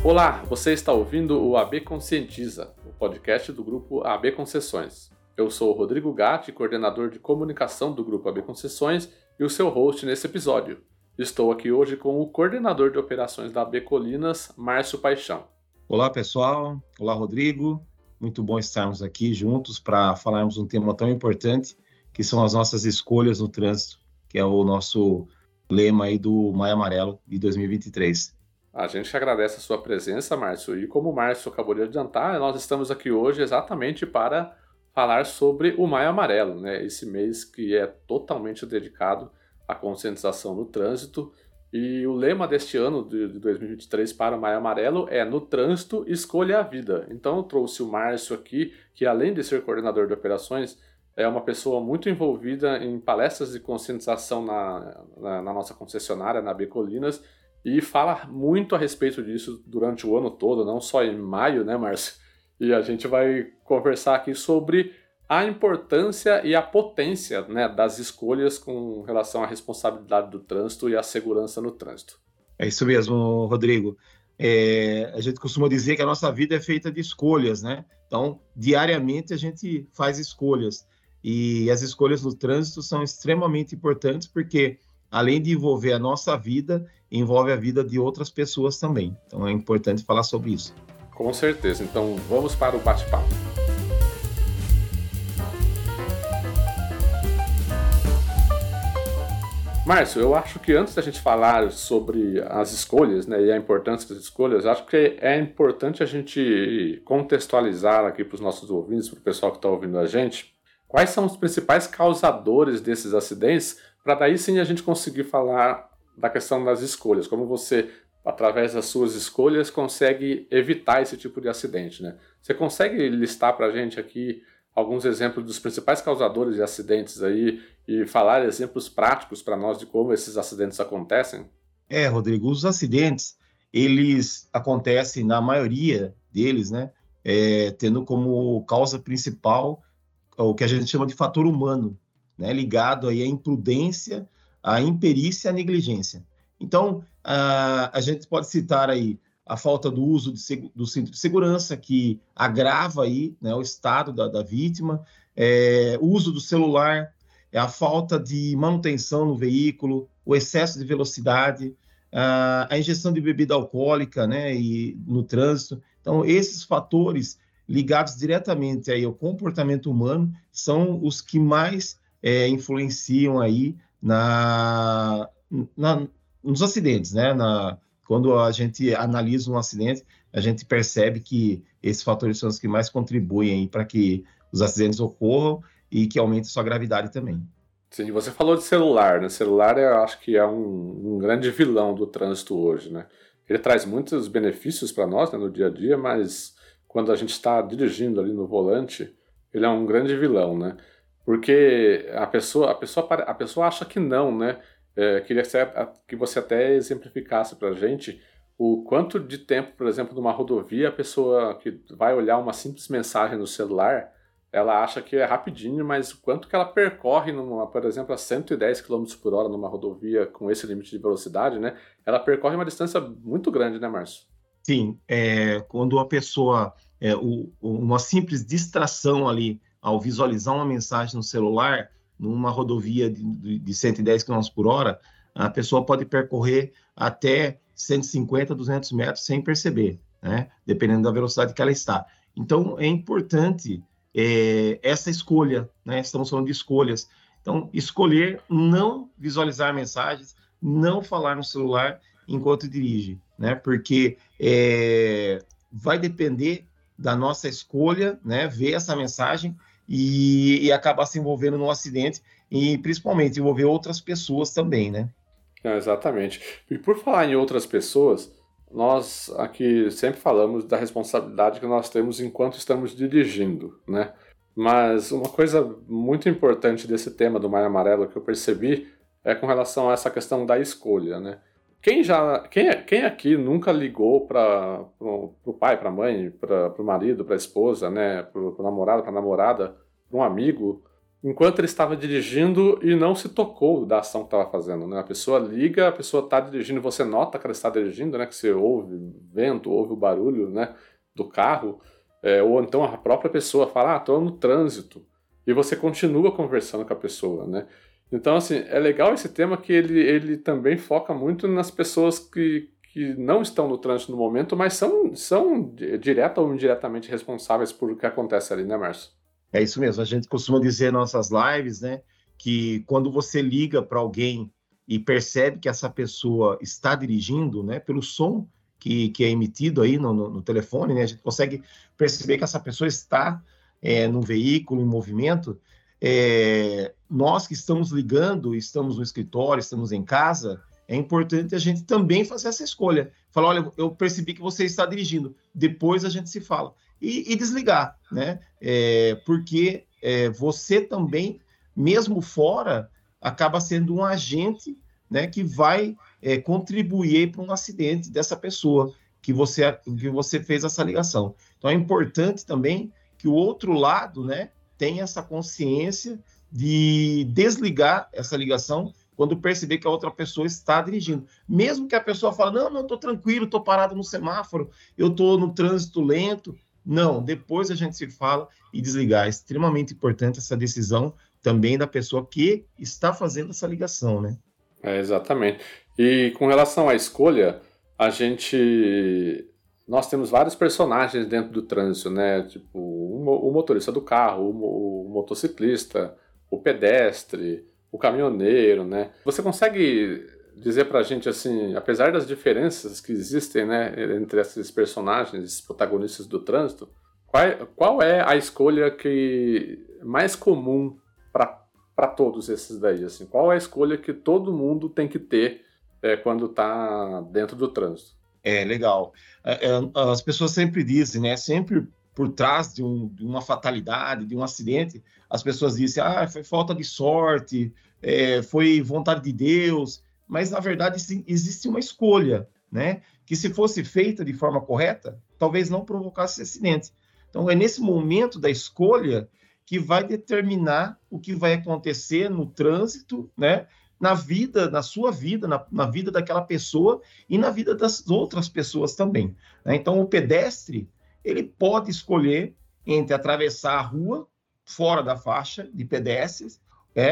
Olá, você está ouvindo o AB Conscientiza, o podcast do grupo AB Concessões. Eu sou o Rodrigo Gatti, coordenador de comunicação do grupo AB Concessões e o seu host nesse episódio. Estou aqui hoje com o coordenador de operações da AB Colinas, Márcio Paixão. Olá, pessoal. Olá, Rodrigo. Muito bom estarmos aqui juntos para falarmos um tema tão importante, que são as nossas escolhas no trânsito, que é o nosso lema aí do Maio Amarelo de 2023. A gente agradece a sua presença, Márcio, e como o Márcio acabou de adiantar, nós estamos aqui hoje exatamente para falar sobre o Maio Amarelo, né? Esse mês que é totalmente dedicado à conscientização no trânsito, e o lema deste ano de 2023 para o Maio Amarelo é "No trânsito, escolha a vida". Então eu trouxe o Márcio aqui, que além de ser coordenador de operações, é uma pessoa muito envolvida em palestras de conscientização na nossa concessionária, na AB Colinas, e fala muito a respeito disso durante o ano todo, não só em maio, né, Márcio? E a gente vai conversar aqui sobre a importância e a potência, né, das escolhas com relação à responsabilidade do trânsito e à segurança no trânsito. É isso mesmo, Rodrigo. A gente costuma dizer que a nossa vida é feita de escolhas, né? Então, diariamente a gente faz escolhas. E as escolhas no trânsito são extremamente importantes porque, além de envolver a nossa vida, envolve a vida de outras pessoas também. Então, é importante falar sobre isso. Com certeza. Então, vamos para o bate-papo. Márcio, eu acho que antes da gente falar sobre as escolhas, né, e a importância das escolhas, acho que é importante a gente contextualizar aqui para os nossos ouvintes, para o pessoal que está ouvindo a gente, quais são os principais causadores desses acidentes, para daí sim a gente conseguir falar da questão das escolhas, como você, através das suas escolhas, consegue evitar esse tipo de acidente, né? Você consegue listar para a gente aqui alguns exemplos dos principais causadores de acidentes aí e falar exemplos práticos para nós de como esses acidentes acontecem? Rodrigo, os acidentes, eles acontecem, na maioria deles, né, tendo como causa principal o que a gente chama de fator humano, né, ligado aí à imprudência, à imperícia e à negligência. Então, a gente pode citar aí a falta do uso do cinto de segurança, que agrava aí, né, o estado da vítima, o uso do celular, a falta de manutenção no veículo, o excesso de velocidade, a ingestão de bebida alcoólica, né, e no trânsito. Então, esses fatores ligados diretamente aí ao comportamento humano são os que mais influenciam aí nos acidentes, né? Quando a gente analisa um acidente, a gente percebe que esses fatores são os que mais contribuem para que os acidentes ocorram e que aumentem sua gravidade também. Sim, você falou de celular, né? Celular eu acho que é um grande vilão do trânsito hoje, né? Ele traz muitos benefícios para nós, né, no dia a dia, mas quando a gente está dirigindo ali no volante, ele é um grande vilão, né? Porque a pessoa acha que não, né? Queria que você até exemplificasse para a gente o quanto de tempo, por exemplo, numa rodovia, a pessoa que vai olhar uma simples mensagem no celular, ela acha que é rapidinho, mas o quanto que ela percorre, por exemplo, a 110 km por hora numa rodovia com esse limite de velocidade, né? Ela percorre uma distância muito grande, né, Márcio? Sim, quando a pessoa, uma simples distração ali, ao visualizar uma mensagem no celular, numa rodovia de 110 km por hora, a pessoa pode percorrer até 150, 200 metros sem perceber, né? Dependendo da velocidade que ela está. Então, é importante essa escolha, né? Estamos falando de escolhas. Então, escolher não visualizar mensagens, não falar no celular enquanto dirige, né? Porque vai depender da nossa escolha, né? Ver essa mensagem e acabar se envolvendo num acidente e, principalmente, envolver outras pessoas também, né? Exatamente. E por falar em outras pessoas, nós aqui sempre falamos da responsabilidade que nós temos enquanto estamos dirigindo, né? Mas uma coisa muito importante desse tema do Maio Amarelo que eu percebi é com relação a essa questão da escolha, né? Quem aqui nunca ligou para o pai, para a mãe, para o marido, para a esposa, né? Para o namorado, para a namorada, para um amigo, enquanto ele estava dirigindo e não se tocou da ação que estava fazendo, né? A pessoa liga, a pessoa está dirigindo, você nota que ela está dirigindo, né? Que você ouve vento, ouve o barulho, né? Do carro, ou então a própria pessoa fala, estou no trânsito, e você continua conversando com a pessoa, né? Então, assim, é legal esse tema que ele também foca muito nas pessoas que não estão no trânsito no momento, mas são direta ou indiretamente responsáveis por o que acontece ali, né, Márcio? É isso mesmo, a gente costuma dizer nas nossas lives, né, que quando você liga para alguém e percebe que essa pessoa está dirigindo, né, pelo som que é emitido aí no telefone, né, a gente consegue perceber que essa pessoa está no veículo, em movimento. Nós que estamos ligando, estamos no escritório, estamos em casa, é importante a gente também fazer essa escolha. Falar, olha, eu percebi que você está dirigindo, depois a gente se fala. E desligar, né? Porque você também, mesmo fora, acaba sendo um agente, né, que vai contribuir para um acidente dessa pessoa que você fez essa ligação. Então é importante também que o outro lado, né, tenha essa consciência de desligar essa ligação quando perceber que a outra pessoa está dirigindo. Mesmo que a pessoa fale, não, estou tranquilo, estou parado no semáforo, eu estou no trânsito lento. Não, depois a gente se fala e desligar. É extremamente importante essa decisão também da pessoa que está fazendo essa ligação, né? Exatamente. E com relação à escolha, nós temos vários personagens dentro do trânsito, né? Tipo, o motorista do carro, o motociclista, o pedestre, o caminhoneiro, né? Você consegue dizer pra gente, assim, apesar das diferenças que existem, né, entre esses personagens, esses protagonistas do trânsito, qual é a escolha que mais comum para todos esses daí, assim? Qual é a escolha que todo mundo tem que ter quando está dentro do trânsito? Legal. As pessoas sempre dizem, né? Sempre por trás de uma fatalidade, de um acidente, as pessoas dizem, foi falta de sorte, foi vontade de Deus, mas na verdade sim, existe uma escolha, né? Que se fosse feita de forma correta, talvez não provocasse acidente. Então é nesse momento da escolha que vai determinar o que vai acontecer no trânsito, né? Na vida, na sua vida, na vida daquela pessoa e na vida das outras pessoas também, né? Então o pedestre, ele pode escolher entre atravessar a rua fora da faixa de pedestres,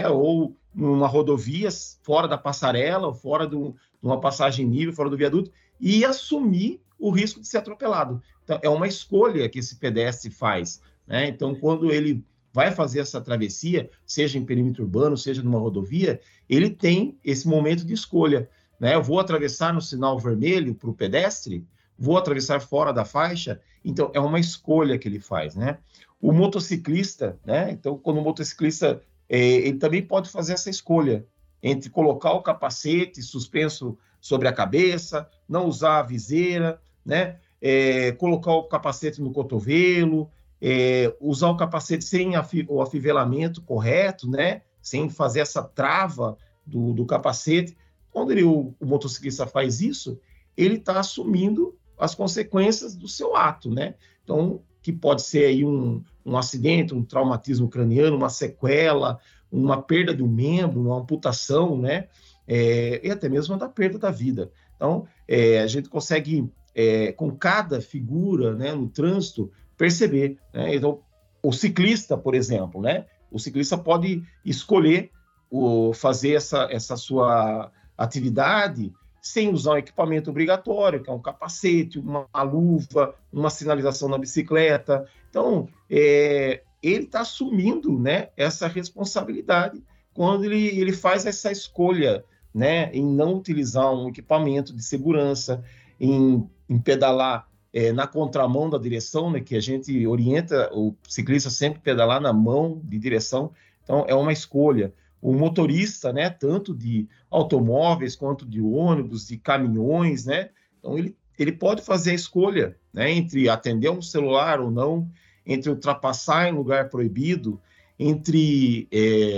ou numa rodovia fora da passarela, ou fora de uma passagem nível, fora do viaduto, e assumir o risco de ser atropelado. Então, é uma escolha que esse pedestre faz, né? Então, quando ele vai fazer essa travessia, seja em perímetro urbano, seja numa rodovia, ele tem esse momento de escolha, né? Eu vou atravessar no sinal vermelho para o pedestre, vou atravessar fora da faixa, então é uma escolha que ele faz, né? O motociclista, né? Então, quando o motociclista, ele também pode fazer essa escolha entre colocar o capacete suspenso sobre a cabeça, não usar a viseira, né? Colocar o capacete no cotovelo, usar o capacete sem o afivelamento correto, né? Sem fazer essa trava do capacete. Quando o motociclista faz isso, ele está assumindo as consequências do seu ato, né? Então, que pode ser aí um acidente, um traumatismo craniano, uma sequela, uma perda de um membro, uma amputação, né? E até mesmo da perda da vida. Então, a gente consegue, com cada figura, né, no trânsito, perceber, né? Então, o ciclista, por exemplo, né? O ciclista pode escolher fazer essa sua atividade sem usar um equipamento obrigatório, que é um capacete, uma luva, uma sinalização na bicicleta. Então, ele está assumindo, né, essa responsabilidade quando ele faz essa escolha, né, em não utilizar um equipamento de segurança, em pedalar na contramão da direção, né, que a gente orienta o ciclista sempre pedalar na mão de direção. Então, é uma escolha. O motorista, né, tanto de automóveis quanto de ônibus, de caminhões, né, então ele pode fazer a escolha, né, entre atender um celular ou não, entre ultrapassar em lugar proibido, entre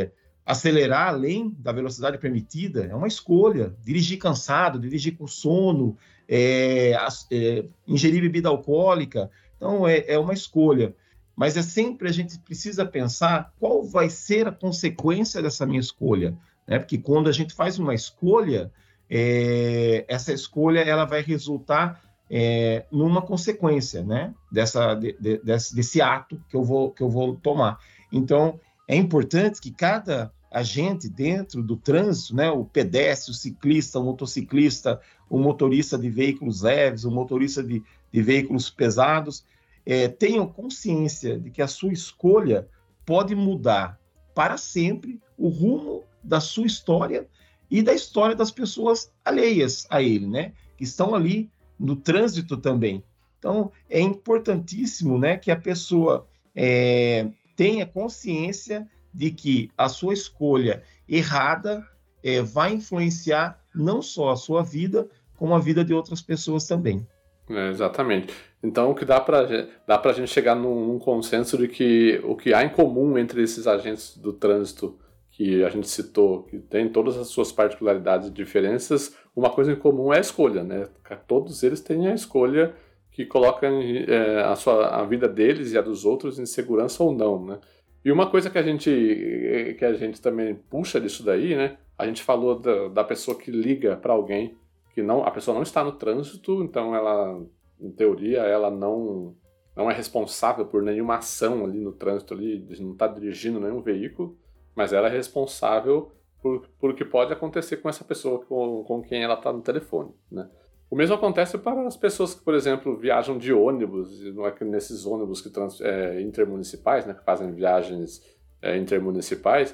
acelerar além da velocidade permitida. É uma escolha. Dirigir cansado, dirigir com sono, ingerir bebida alcoólica. Então, é uma escolha. mas é sempre a gente precisa pensar qual vai ser a consequência dessa minha escolha, né? Porque quando a gente faz uma escolha, essa escolha ela vai resultar numa consequência, né? Desse ato que eu vou tomar. Então, é importante que cada agente dentro do trânsito, né, o pedestre, o ciclista, o motociclista, o motorista de veículos leves, o motorista de veículos pesados, tenham consciência de que a sua escolha pode mudar para sempre o rumo da sua história e da história das pessoas alheias a ele, né, que estão ali no trânsito também. Então, é importantíssimo, né, que a pessoa tenha consciência de que a sua escolha errada vai influenciar não só a sua vida, como a vida de outras pessoas também. Exatamente. Então, o que dá para a gente chegar num consenso de que o que há em comum entre esses agentes do trânsito que a gente citou, que tem todas as suas particularidades e diferenças, uma coisa em comum é a escolha, né? Todos eles têm a escolha que coloca a vida deles e a dos outros em segurança ou não, né? E uma coisa que a gente também puxa disso daí, né? A gente falou da pessoa que liga para alguém, a pessoa não está no trânsito, então ela, em teoria, ela não é responsável por nenhuma ação ali no trânsito, ali, não está dirigindo nenhum veículo, mas ela é responsável por o que pode acontecer com essa pessoa com quem ela está no telefone, né? O mesmo acontece para as pessoas que, por exemplo, viajam de ônibus, não é que nesses ônibus intermunicipais, né, que fazem viagens intermunicipais,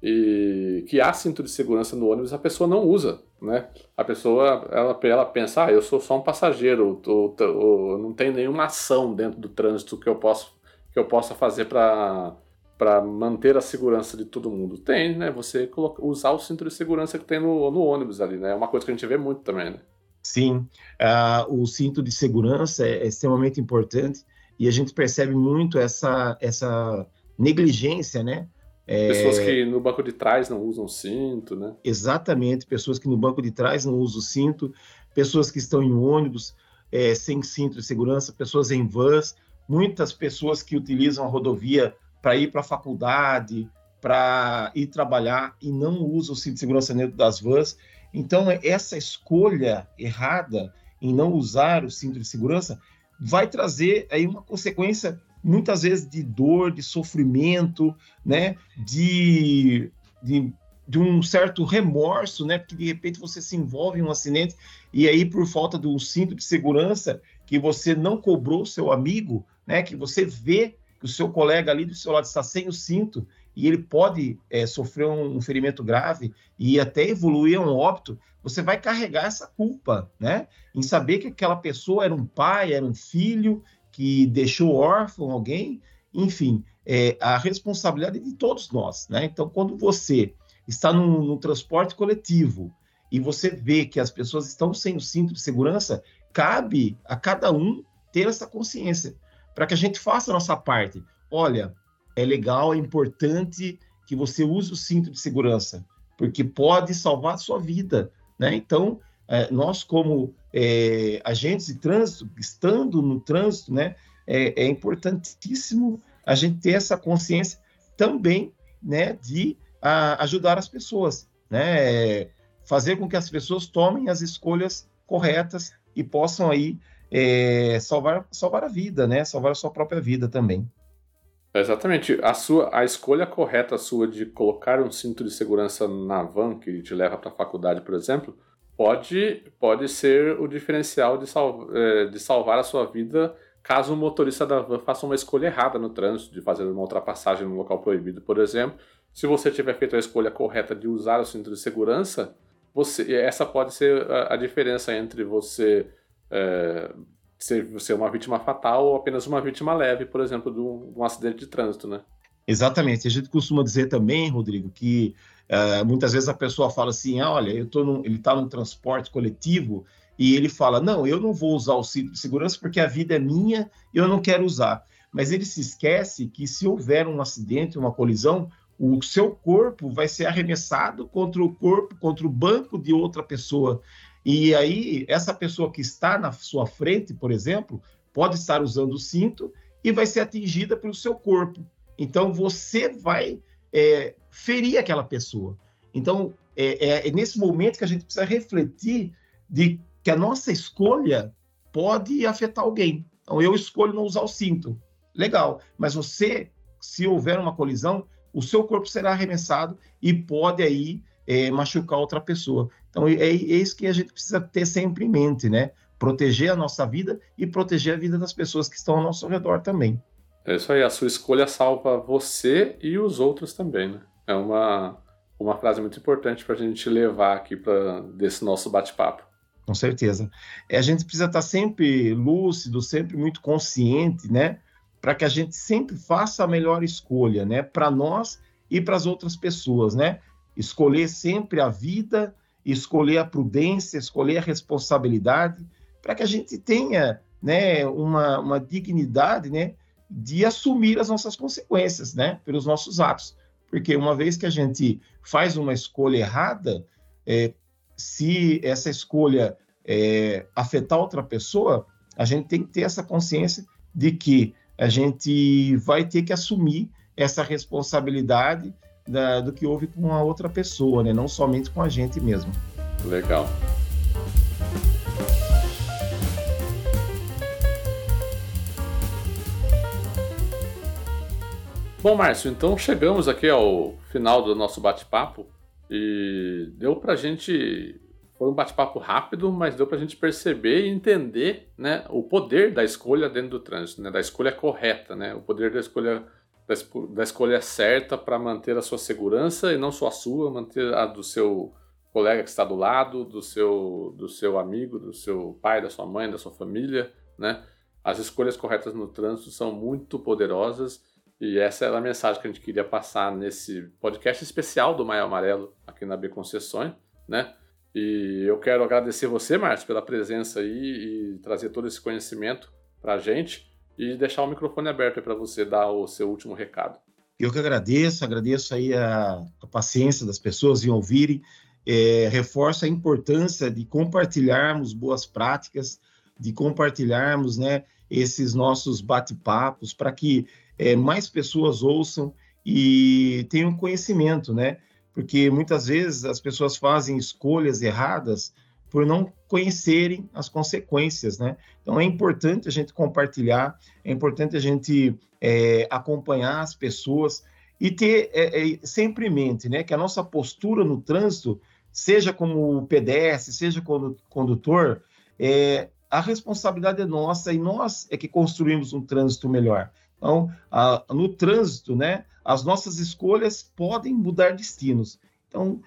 e que há cinto de segurança no ônibus, a pessoa não usa, né? A pessoa, ela pensa, eu sou só um passageiro, não tem nenhuma ação dentro do trânsito que eu possa fazer para manter a segurança de todo mundo. Tem, né? Você usar o cinto de segurança que tem no ônibus ali, né? É uma coisa que a gente vê muito também, né? Sim, o cinto de segurança é extremamente importante e a gente percebe muito essa negligência, né? Pessoas que no banco de trás não usam cinto, né? Exatamente, pessoas que no banco de trás não usam cinto, pessoas que estão em ônibus sem cinto de segurança, pessoas em vans, muitas pessoas que utilizam a rodovia para ir para a faculdade, para ir trabalhar e não usam o cinto de segurança dentro das vans. Então, essa escolha errada em não usar o cinto de segurança vai trazer aí uma consequência, muitas vezes, de dor, de sofrimento, né? de um certo remorso, né? Porque, de repente, você se envolve em um acidente e aí, por falta do cinto de segurança, que você não cobrou o seu amigo, né? Que você vê que o seu colega ali do seu lado está sem o cinto, e ele pode sofrer um ferimento grave e até evoluir a um óbito, você vai carregar essa culpa, né? Em saber que aquela pessoa era um pai, era um filho, que deixou órfão alguém, enfim, a responsabilidade de todos nós, né? Então, quando você está no transporte coletivo e você vê que as pessoas estão sem o cinto de segurança, cabe a cada um ter essa consciência, para que a gente faça a nossa parte. Olha, é legal, é importante que você use o cinto de segurança, porque pode salvar a sua vida, né? Então, nós como agentes de trânsito, estando no trânsito, né, é importantíssimo a gente ter essa consciência também, né, de ajudar as pessoas, né? Fazer com que as pessoas tomem as escolhas corretas e possam aí salvar a vida, né? Salvar a sua própria vida também. Exatamente. A escolha correta sua de colocar um cinto de segurança na van que te leva para a faculdade, por exemplo, pode ser o diferencial de salvar a sua vida caso o motorista da van faça uma escolha errada no trânsito, de fazer uma ultrapassagem no local proibido, por exemplo. Se você tiver feito a escolha correta de usar o cinto de segurança, essa pode ser a diferença entre você ser uma vítima fatal ou apenas uma vítima leve, por exemplo, de um acidente de trânsito, né? Exatamente. A gente costuma dizer também, Rodrigo, que muitas vezes a pessoa fala assim, olha, ele está num transporte coletivo e ele fala, não, eu não vou usar o cinto de segurança porque a vida é minha e eu não quero usar. Mas ele se esquece que se houver um acidente, uma colisão, o seu corpo vai ser arremessado contra o banco de outra pessoa. E aí, essa pessoa que está na sua frente, por exemplo, pode estar usando o cinto e vai ser atingida pelo seu corpo. Então, você vai ferir aquela pessoa. Então, é nesse momento que a gente precisa refletir de que a nossa escolha pode afetar alguém. Então, eu escolho não usar o cinto. Legal, mas você, se houver uma colisão, o seu corpo será arremessado e pode aí machucar outra pessoa. Então, é isso que a gente precisa ter sempre em mente, né? Proteger a nossa vida e proteger a vida das pessoas que estão ao nosso redor também. É isso aí, a sua escolha salva você e os outros também, né? É uma frase muito importante para a gente levar aqui desse nosso bate-papo. Com certeza. A gente precisa estar sempre lúcido, sempre muito consciente, né? Para que a gente sempre faça a melhor escolha, né? Para nós e para as outras pessoas, né? Escolher sempre a vida, escolher a prudência, escolher a responsabilidade, para que a gente tenha, né, uma dignidade, né, de assumir as nossas consequências, né, pelos nossos atos. Porque uma vez que a gente faz uma escolha errada, se essa escolha afetar outra pessoa, a gente tem que ter essa consciência de que a gente vai ter que assumir essa responsabilidade do que houve com a outra pessoa, né? Não somente com a gente mesmo. Legal. Bom, Márcio, então chegamos aqui ao final do nosso bate-papo e deu pra gente... Foi um bate-papo rápido, mas deu pra gente perceber e entender, né, o poder da escolha dentro do trânsito, né, da escolha correta, né, o poder da escolha certa para manter a sua segurança e não só a sua, manter a do seu colega que está do lado, do seu amigo, do seu pai, da sua mãe, da sua família, né? As escolhas corretas no trânsito são muito poderosas e essa era a mensagem que a gente queria passar nesse podcast especial do Maio Amarelo aqui na B Concessões, né? E eu quero agradecer você, Márcio, pela presença aí e trazer todo esse conhecimento para a gente e deixar o microfone aberto para você dar o seu último recado. Eu que agradeço aí a paciência das pessoas em ouvirem, reforço a importância de compartilharmos boas práticas, de compartilharmos, né, esses nossos bate-papos para que mais pessoas ouçam e tenham conhecimento, né? Porque muitas vezes as pessoas fazem escolhas erradas por não conhecerem as consequências, né? Então é importante a gente compartilhar, é importante a gente acompanhar as pessoas e ter sempre em mente, né, que a nossa postura no trânsito, seja como pedestre, seja como condutor, a responsabilidade é nossa e nós é que construímos um trânsito melhor. Então, no trânsito, né, as nossas escolhas podem mudar destinos. Então,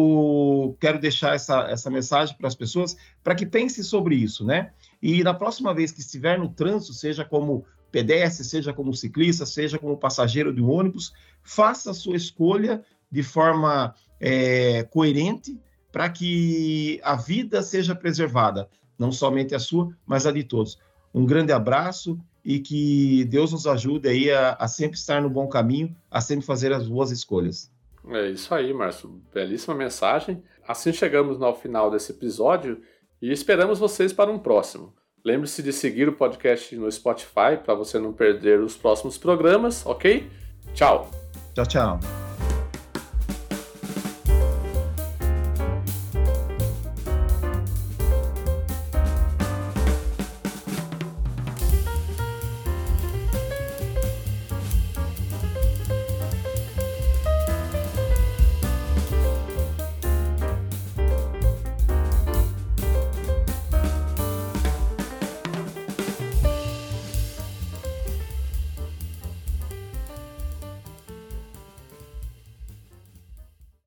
eu quero deixar essa mensagem para as pessoas, para que pensem sobre isso, né? E na próxima vez que estiver no trânsito, seja como pedestre, seja como ciclista, seja como passageiro de um ônibus, faça a sua escolha de forma coerente, para que a vida seja preservada, não somente a sua, mas a de todos. Um grande abraço e que Deus nos ajude aí a sempre estar no bom caminho, a sempre fazer as boas escolhas. É isso aí, Márcio. Belíssima mensagem. Assim chegamos ao final desse episódio e esperamos vocês para um próximo. Lembre-se de seguir o podcast no Spotify para você não perder os próximos programas, ok? Tchau! Tchau, tchau!